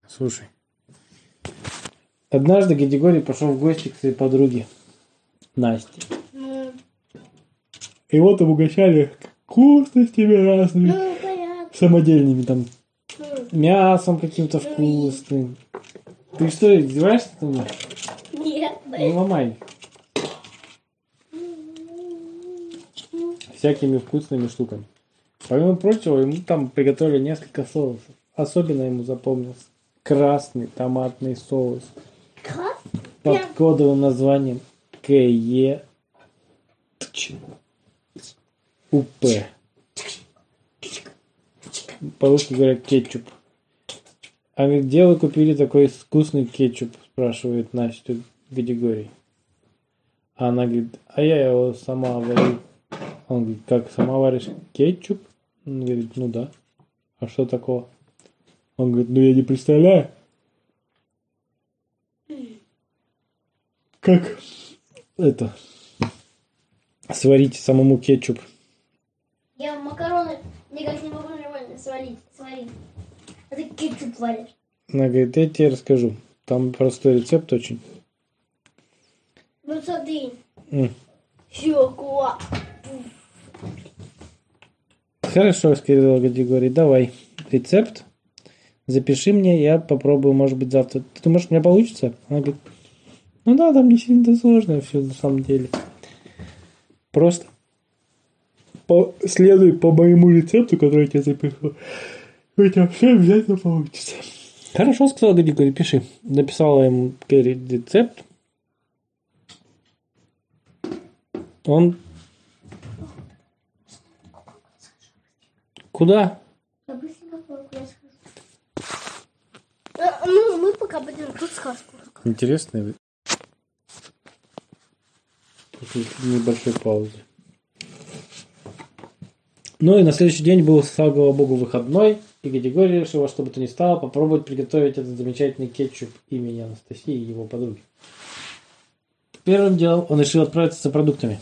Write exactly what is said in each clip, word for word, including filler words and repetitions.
Слушай. Однажды Григорий пошел в гости к своей подруге Насте. Ну, И вот им угощали вкусностями разными. ну, понятно. Самодельными там. Ну, Мясом каким-то вкусным. Ты что, издеваешься со мной? нет. Не ломай. Всякими вкусными штуками. Помимо прочего, ему там приготовили несколько соусов. Особенно ему запомнился красный томатный соус Как? под кодовым названием КЕ УП. По-русски говорят кетчуп. А где вы купили такой вкусный кетчуп? Спрашивает Настя Григорий. А она говорит, а я его сама варю. Он говорит, как, сама варишь кетчуп? Он говорит, ну да. А что такого? Он говорит, ну я не представляю. Как это сварить самому кетчуп? Я макароны никак не могу нормально сварить. сварить. А ты кетчуп варишь. Она говорит, я тебе расскажу. Там простой рецепт очень. Ну смотри. М. Все, куа. Хорошо, сказал Григорий, давай рецепт. Запиши мне, я попробую, может быть, завтра. Ты думаешь, у меня получится? Она говорит, ну да, там не сильно сложно все на самом деле. Просто по, следуй по моему рецепту, который я тебе записал. У тебя все обязательно получится. Хорошо, сказал Григорий, пиши. Написала ему рецепт. Он... Куда? Я быстренько куда схожу. А, Ну, мы пока будем тут сказку. Интересно. После небольшой паузы. Ну и на следующий день был, слава богу, выходной, и Григорий решил во что бы то ни стало попробовать приготовить этот замечательный кетчуп имени Анастасии и его подруги. Первым делом он решил отправиться за продуктами.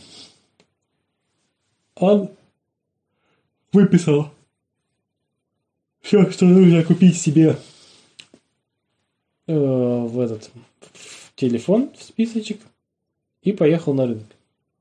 Он выписал все, что нужно купить себе э, в этот в телефон, в списочек, и поехал на рынок.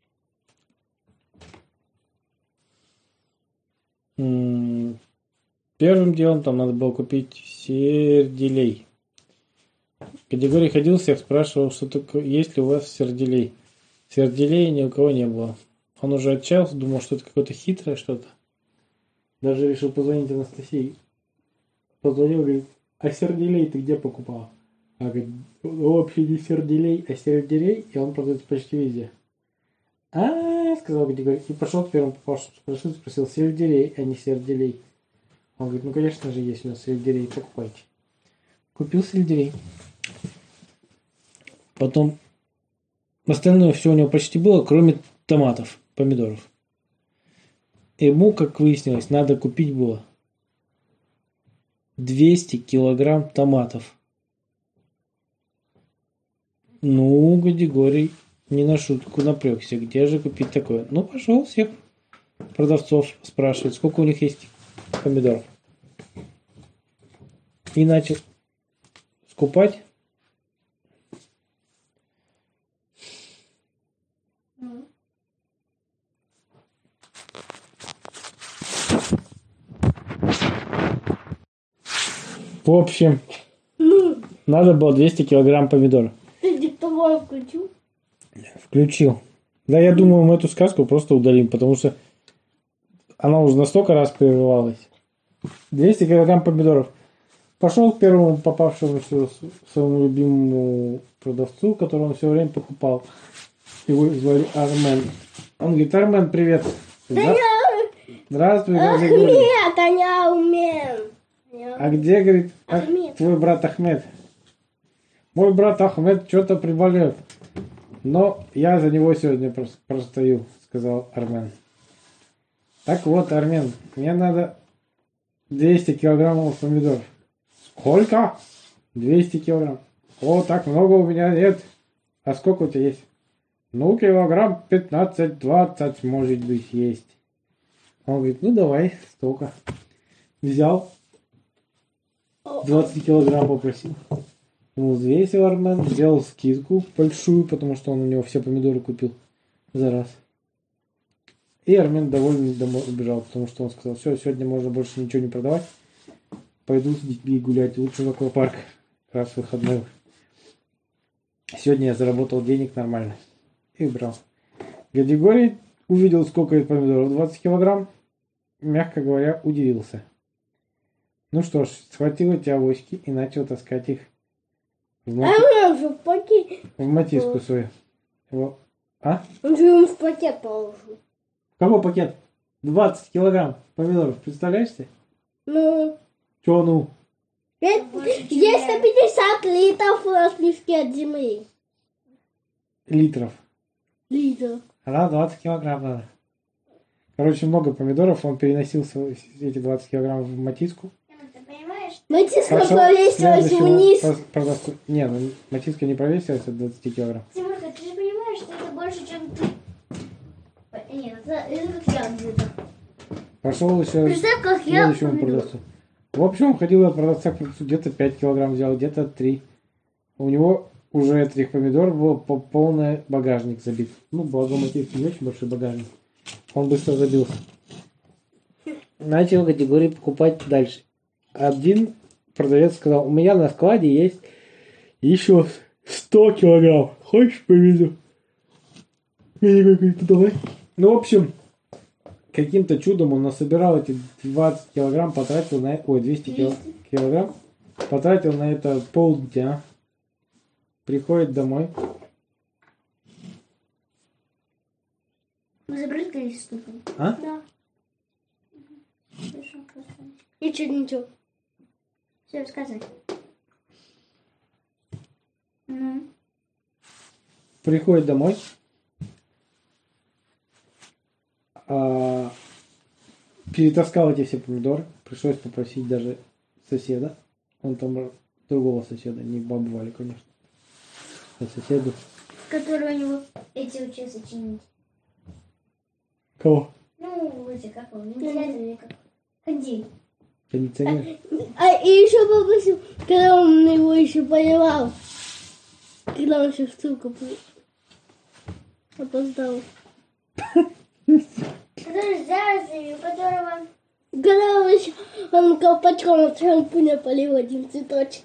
М, Первым делом там надо было купить серделей. Григорий ходил, всех спрашивал, что такое, есть ли у вас серделей. Серделей ни у кого не было. Он уже отчаялся, думал, что это какое-то хитрое что-то. Даже решил позвонить Анастасии. Позвонил, говорит, а серделей ты где покупал? Она говорит, ну, вообще не серделей, а серделей, и он продается почти везде. А, сказал Григорий, и пошел к первому попавшему, спросил, спросил, серделей, а не серделей. Он говорит, ну, конечно же, есть у нас сельдерей, покупайте. Купил сельдерей. Потом остальное все у него почти было, кроме томатов, помидоров. Ему, как выяснилось, надо купить было двести килограмм томатов. Ну, Григорий не на шутку напрягся. Где же купить такое? Ну, пошел всех продавцов спрашивать, сколько у них есть помидоров. И начал скупать. Ну. В общем, Ну, надо было двести килограмм помидоров. ты диктофон включил? Включил. Да, я думаю, мы эту сказку просто удалим, потому что она уже настолько раз прерывалась. двести килограмм помидоров. Пошел к первому попавшемуся своему любимому продавцу, которого он все время покупал. Его звали Армен. Он говорит, Армен, привет. Да? Здравствуй, Григорий. Нет, а я умею. А где, говорит, Ах- Ахмед. твой брат Ахмед? Мой брат Ахмед что-то приболел. Но я за него сегодня прос- простою, сказал Армен. Так вот, Армен, мне надо двести килограммов помидоров. Сколько? двести килограмм. О, так много у меня нет. А сколько у тебя есть? Ну, килограмм пятнадцать-двадцать, может быть, есть. Он говорит, ну давай, столько. Взял. двадцать килограмм попросил. Ему взвесил Армен, сделал скидку большую, потому что он у него все помидоры купил за раз. И Армен довольный домой убежал, потому что он сказал, все, сегодня можно больше ничего не продавать. Пойду с детьми гулять, лучше в аквапарк, раз в выходной. Сегодня я заработал денег нормально. И убрал. Гадигорий увидел, сколько это помидоров, двадцать килограмм. Мягко говоря, удивился. Ну что ж, схватил эти авоськи и начал таскать их в, мати... А в пакет. в матиску свою. Его... А? Он же ему в пакет положил. Какой пакет? двадцать килограмм помидоров, представляешь себе? Ну. Чё ну? Есть сто пятьдесят литров отливки от земли. Литров. Литров. Она двадцать килограмм надо. Короче, много помидоров. Он переносил свои, эти двадцать килограмм в матиску. Матиска провесилась вниз. Продавцу... Не, ну, матиска не провесилась от двадцати килограмм. Тимурка, ты же понимаешь, что это больше, чем ты. Нет, это, это как я где-то. Пошел еще Представь, как я следующему продавцу. В общем, он ходил от продавца к продавцу, где-то пять килограмм взял, где-то три. У него уже этих помидор был полный багажник забит. Ну, благо матиска не очень большой багажник. Он быстро забился. Начал категории покупать дальше. Один продавец сказал, у меня на складе есть еще сто килограмм. Хочешь, повезу? Я говорю, давай. Ну, в общем, каким-то чудом он насобирал эти двадцать килограмм, потратил на... Ой, двести килограмм. Потратил на это полдня. Приходит домой. Вы забрали количество? А? Да. Ничего, ничего. Все рассказывай. Ну. Приходит домой. А, перетаскал эти все помидоры. Пришлось попросить даже соседа. Он там другого соседа, не бабу Валю, конечно. А соседу. Который у него эти учился чинить. Кого? Ну, эти как он, вентилятор или как? Кондей. Кондиционер. А и еще попросил, когда он его еще поливал. Когда он еще в ссылку опоздал. Который с заразами, у которого... Когда он еще он колпачком от шампуня полил один цветочек.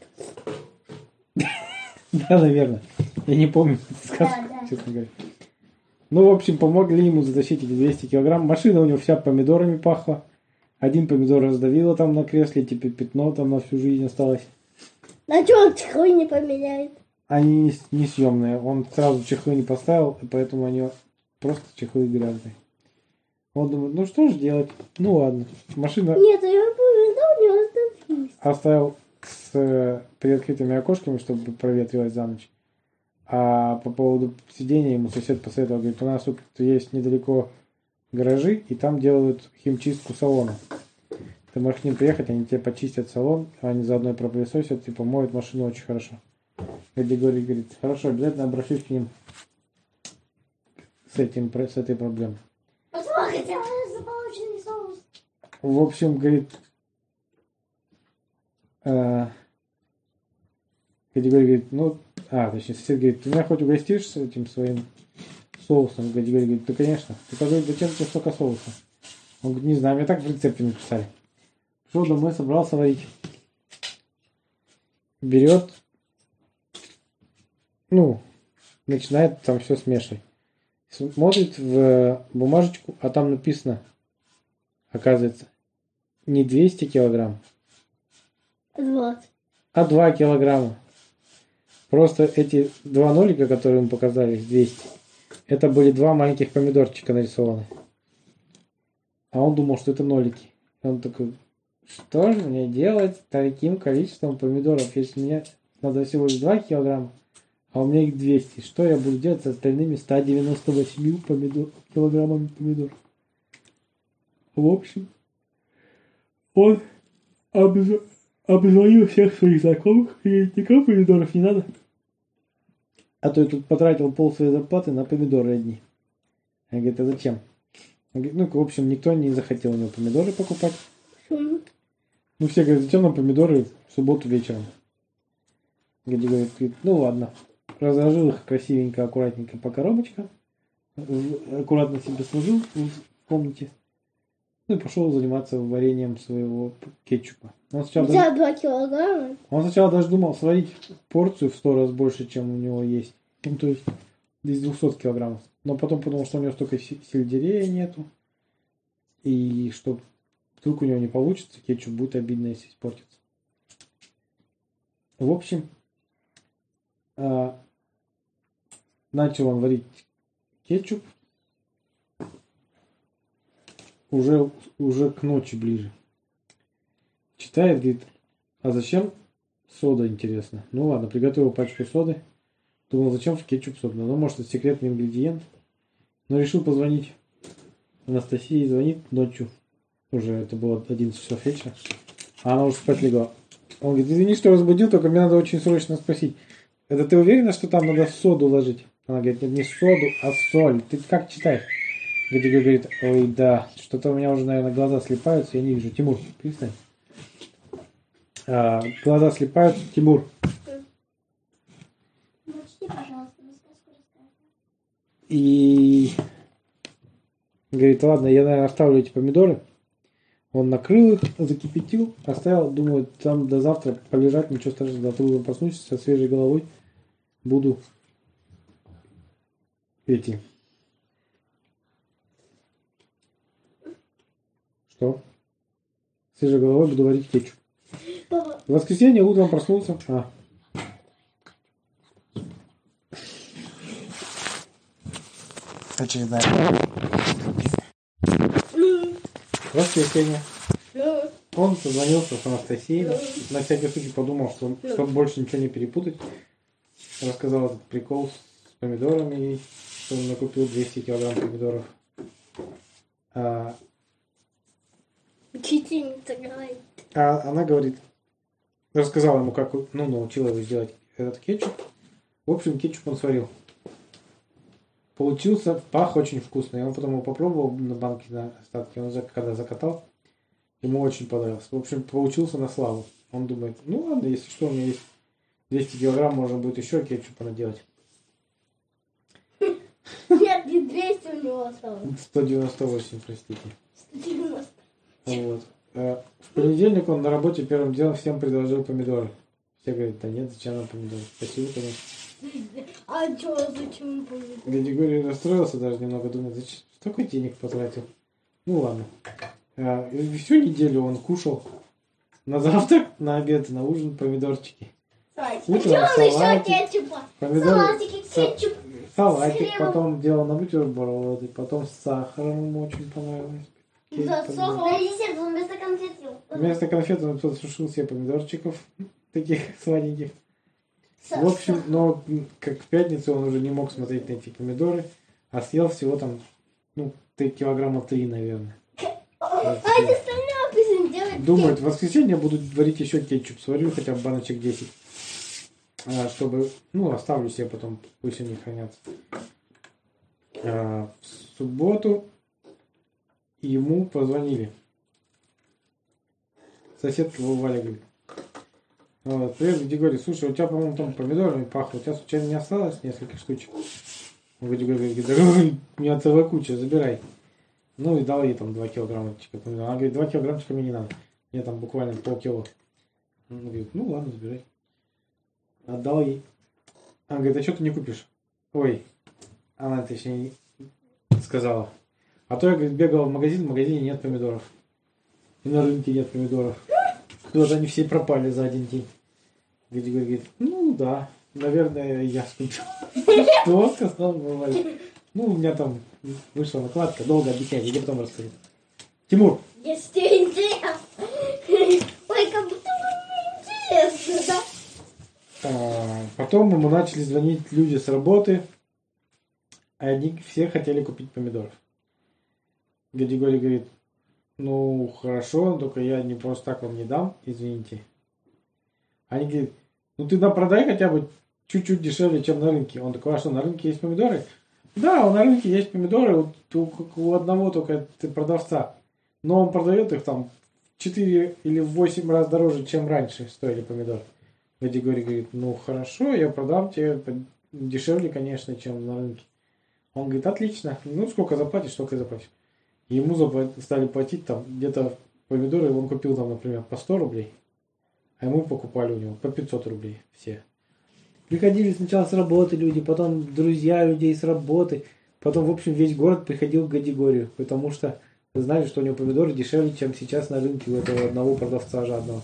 Да, наверное. Я не помню сказку, Да, да. честно говоря. Ну, в общем, помогли ему затащить эти двести килограмм. Машина у него вся помидорами пахла. Один помидор раздавило там на кресле, теперь пятно там на всю жизнь осталось. А что он чехлы не поменяет? Они несъемные. Он сразу чехлы не поставил, и поэтому они просто чехлы грязные. Он думает, ну что же делать? Ну ладно. Машина... Нет, я помидор не раздавилась. Оставил с э, приоткрытыми окошками, чтобы проветрилось за ночь. А по поводу сидения ему сосед посоветовал, говорит, у нас тут есть недалеко гаражи, и там делают химчистку салона. Ты можешь к ним приехать, они тебе почистят салон, а они заодно и пропылесосят и помоют машину очень хорошо. Григорий говорит, хорошо, обязательно обращусь к ним с, этим, с этой проблемой. Послушайте, заполученный соус. В общем, говорит, э, Григорий говорит, ну, а, точнее, сосед говорит, ты меня хоть угостишь с этим своим соусом? Григорий говорит, да, конечно. Ты говорит, зачем тебе столько соуса? Он говорит, не знаю, мне так в рецепте написали. Пришел домой, собрался варить. Берет, ну, начинает там все смешивать. Смотрит в бумажечку, а там написано, оказывается, не двести килограмм, двадцать. а два килограмма. Просто эти два нолика, которые мы показали, двести, это были два маленьких помидорчика нарисованы. А он думал, что это нолики. И он такой, что же мне делать с таким количеством помидоров, если мне надо всего лишь два килограмма, а у меня их двести. Что я буду делать с остальными ста девяноста восьмью помидор, килограммами помидор? В общем, он обз... обзвонил всех своих знакомых, и никому помидоров не надо. А то я тут потратил пол своей зарплаты на помидоры одни. Я говорю, а зачем? Он говорит, ну, в общем, никто не захотел у него помидоры покупать. Почему? Ну, все говорят, зачем нам помидоры в субботу вечером? Гади говорит, ну ладно. Разложил их красивенько, аккуратненько по коробочкам. Аккуратно себе сложил в комнате. Ну и пошел заниматься вареньем своего кетчупа. Он У сначала, тебя даже, два килограмма? он сначала даже думал сварить порцию в сто раз больше, чем у него есть. Ну, то есть из двухсот килограммов. Но потом подумал, что у него столько сельдерея нету. И что вдруг у него не получится, кетчуп будет обидно, если испортится. В общем, а, начал он варить кетчуп уже, уже к ночи ближе. Читает, говорит, а зачем сода, интересно? Ну ладно, приготовил пачку соды. Думал, зачем в кетчуп сода? Ну, может, это секретный ингредиент. Но решил позвонить Анастасии. Звонит ночью. Уже это было одиннадцать часов вечера. А она уже спать легла. Он говорит, извини, что разбудил, только мне надо очень срочно спросить. Это ты уверена, что там надо соду ложить? Она говорит, нет, не соду, а соль. Ты как читаешь? Гадигорий говорит, ой, да, что-то у меня уже, наверное, глаза слипаются, я не вижу. Тимур, перестань. А, глаза слипаются, Тимур. Начни, пожалуйста, мне сказку рассказывай. И говорит, ладно, я, наверное, оставлю эти помидоры. Он накрыл их, закипятил, оставил, думаю, там до завтра полежать, ничего страшного, завтра утром проснусь со свежей головой, буду эти... Что? Свежей головой буду варить кетчуп. Папа. В воскресенье утром проснулся. А. Очередная. Воскресенье. Он созвонился с Анастасией. На всякий случай подумал, что он, чтобы больше ничего не перепутать. Рассказал этот прикол с помидорами, что он накупил двести килограмм помидоров. А, Учительница говорит. а она говорит, рассказала ему, как, ну, научила его сделать этот кетчуп. В общем, кетчуп он сварил. Получился, пах очень вкусный. Он потом его попробовал на банке на остатки. Он когда закатал, ему очень понравился. В общем, получился на славу. Он думает, ну ладно, если что, у меня есть двести килограмм, можно будет еще кетчупа наделать. Нет, не двести у него осталось. сто девяносто восемь, простите. сто девяносто. Вот. В понедельник он на работе первым делом всем предложил помидоры. Все говорят, да нет, зачем нам помидоры? Спасибо, конечно. А что, зачем помидоры? Гадигорий расстроился даже немного, думает, зачем столько денег потратил. Ну ладно. И всю неделю он кушал на завтрак, на обед, на ужин помидорчики. Салатик. А еще кетчупа. Помидоры, Салатики, кетчуп. салатик, потом делал на бутерброды, потом с сахаром ему очень понравилось. За сахар. На десерт он вместо конфет ел. Вместо конфет он сушил себе помидорчиков, таких сладеньких. В общем, но как в пятницу он уже не мог смотреть на эти помидоры, а съел всего там, ну, килограмма три, наверное. А эти остальные пусть делают. Думает, в воскресенье буду варить еще кетчуп, сварю хотя бы баночек десять. Чтобы, ну, оставлю себе потом, пусть они хранятся. А, в субботу ему позвонили. Соседка его Валя говорит, вот, привет, Григорий, слушай, у тебя, по-моему, там помидорами пахло, у тебя случайно не осталось несколько штучек? Григорий говорит, да, у меня целая куча, забирай. Ну и дал ей там два килограммчика помидоров. Она говорит, два килограммчика мне не надо, мне там буквально полкило. Он говорит, ну ладно, забирай. Отдал ей. Она говорит, а что ты не купишь? Ой, она точнее сказала. А то я, говорит, бегала в магазин, в магазине нет помидоров. И на рынке нет помидоров. Куда-то они все пропали за один день. Григорий говорит, ну да, наверное, я скупил. Что сказал Валя? Ну, у меня там вышла накладка, долго объяснять, я тебе потом расскажу. Тимур. Если тебе интересно. Ой, как будто мне интересно, да? А, потом ему начали звонить люди с работы, а они все хотели купить помидоров. Григорий говорит, ну хорошо, только я не просто так вам не дам, извините. Они говорят, ну ты нам продай хотя бы чуть-чуть дешевле, чем на рынке. Он такой, а что, на рынке есть помидоры? Да, на рынке есть помидоры, вот у, у одного только продавца. Но он продает их там четыре или в восемь раз дороже, чем раньше стоили помидоры. Гадигорий говорит, ну хорошо, я продам тебе дешевле, конечно, чем на рынке. Он говорит, отлично, ну сколько заплатишь, столько и заплатишь. Ему запла- стали платить там где-то помидоры, он купил там, например, по сто рублей, а ему покупали у него по пятьсот рублей все. Приходили сначала с работы люди, потом друзья людей с работы, потом, в общем, весь город приходил к Гадигорию, потому что знали, что у него помидоры дешевле, чем сейчас на рынке у этого одного продавца жадного.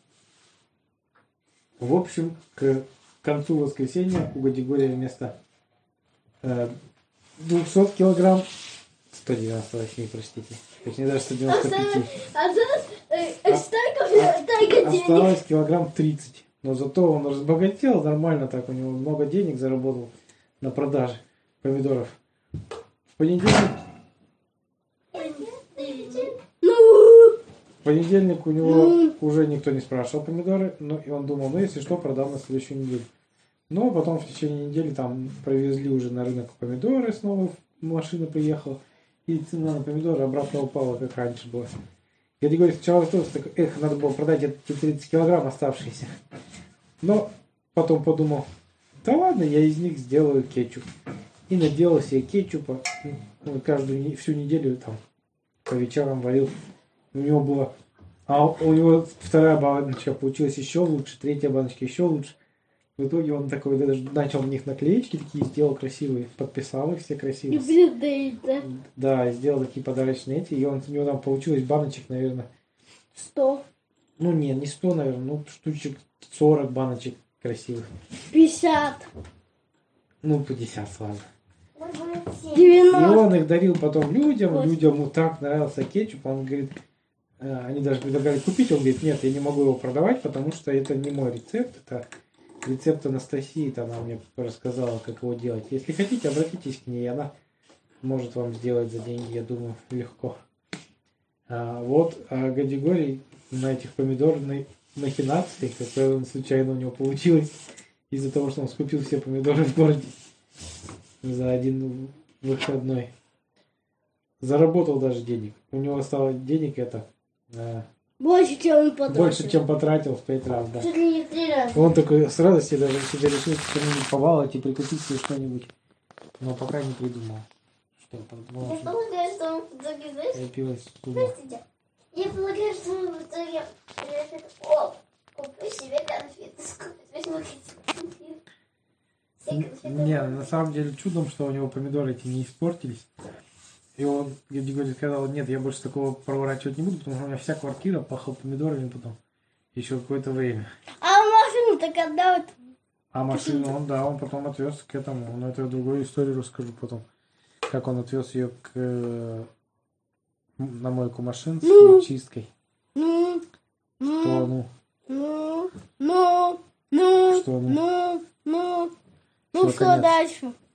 В общем, к концу воскресенья у Гадигория вместо э, двухсот килограмм, сто девяносто восемь, простите, точнее даже сто девяносто пять. Осталось килограмм тридцать. Но зато он разбогател нормально так, у него много денег заработал на продаже помидоров. В понедельник, в понедельник у него уже никто не спрашивал помидоры, но и он думал, ну если что, продам на следующую неделю. Но потом в течение недели там привезли уже на рынок помидоры, снова машина приехала, и цена на помидоры обратно упала, как раньше было. Гадигорий сначала остался такой, эх, надо было продать эти тридцать килограмм оставшиеся. Но потом подумал, да ладно, я из них сделаю кетчуп. И наделал себе кетчупа. Каждую всю неделю там по вечерам варил. У него было... А у него вторая баночка получилась еще лучше, третья баночка еще лучше. В итоге он такой даже начал в них наклеечки такие, сделал красивые, подписал их все красиво. Да? Да, и сделал такие подарочные эти. И он, у него там получилось баночек, наверное... Сто. Ну нет, не сто, наверное, ну штучек сорок баночек красивых. Пятьдесят. Ну, пятьдесят, ладно. девяносто. И он их дарил потом людям, восемь. людям ему так нравился кетчуп, он говорит, э, они даже предлагали купить, он говорит, нет, я не могу его продавать, потому что это не мой рецепт, это рецепт Анастасии, она мне рассказала, как его делать. Если хотите, обратитесь к ней, она может вам сделать за деньги, я думаю, легко. А, вот а Гадигорий на этих помидорных махинациях, которые он случайно у него получилось, из-за того, что он скупил все помидоры в городе за один выходной. Заработал даже денег. У него стало денег это э, Больше, чем он потратил. больше, чем потратил в пять раз, да. Чуть ли не в три раза. Он такой с радостью даже себе решил что-нибудь побаловать и прикупить себе что-нибудь. Но пока не придумал. Что, подумал, Я что полагаю, что он в итоге, знаешь, появилась сумма. простите, я полагаю, что он в итоге решит, о, куплю себе конфеты, возьму конфеты. Все конфеты. Не, на самом деле чудом, что у него помидоры эти не испортились. И он, Гадигорий сказал, нет, я больше такого проворачивать не буду, потому что у меня вся квартира пахла помидорами потом. Еще какое-то время. А машину так отдал. А машину он, да, он потом отвез к этому. Но это я другую историю расскажу потом. Как он отвез ее к, на мойку машин с Ну. чисткой. Ну, Что, ну, ну? ну, ну, ну, Что, ну? ну, ну, ну, Всё, что конец. дальше?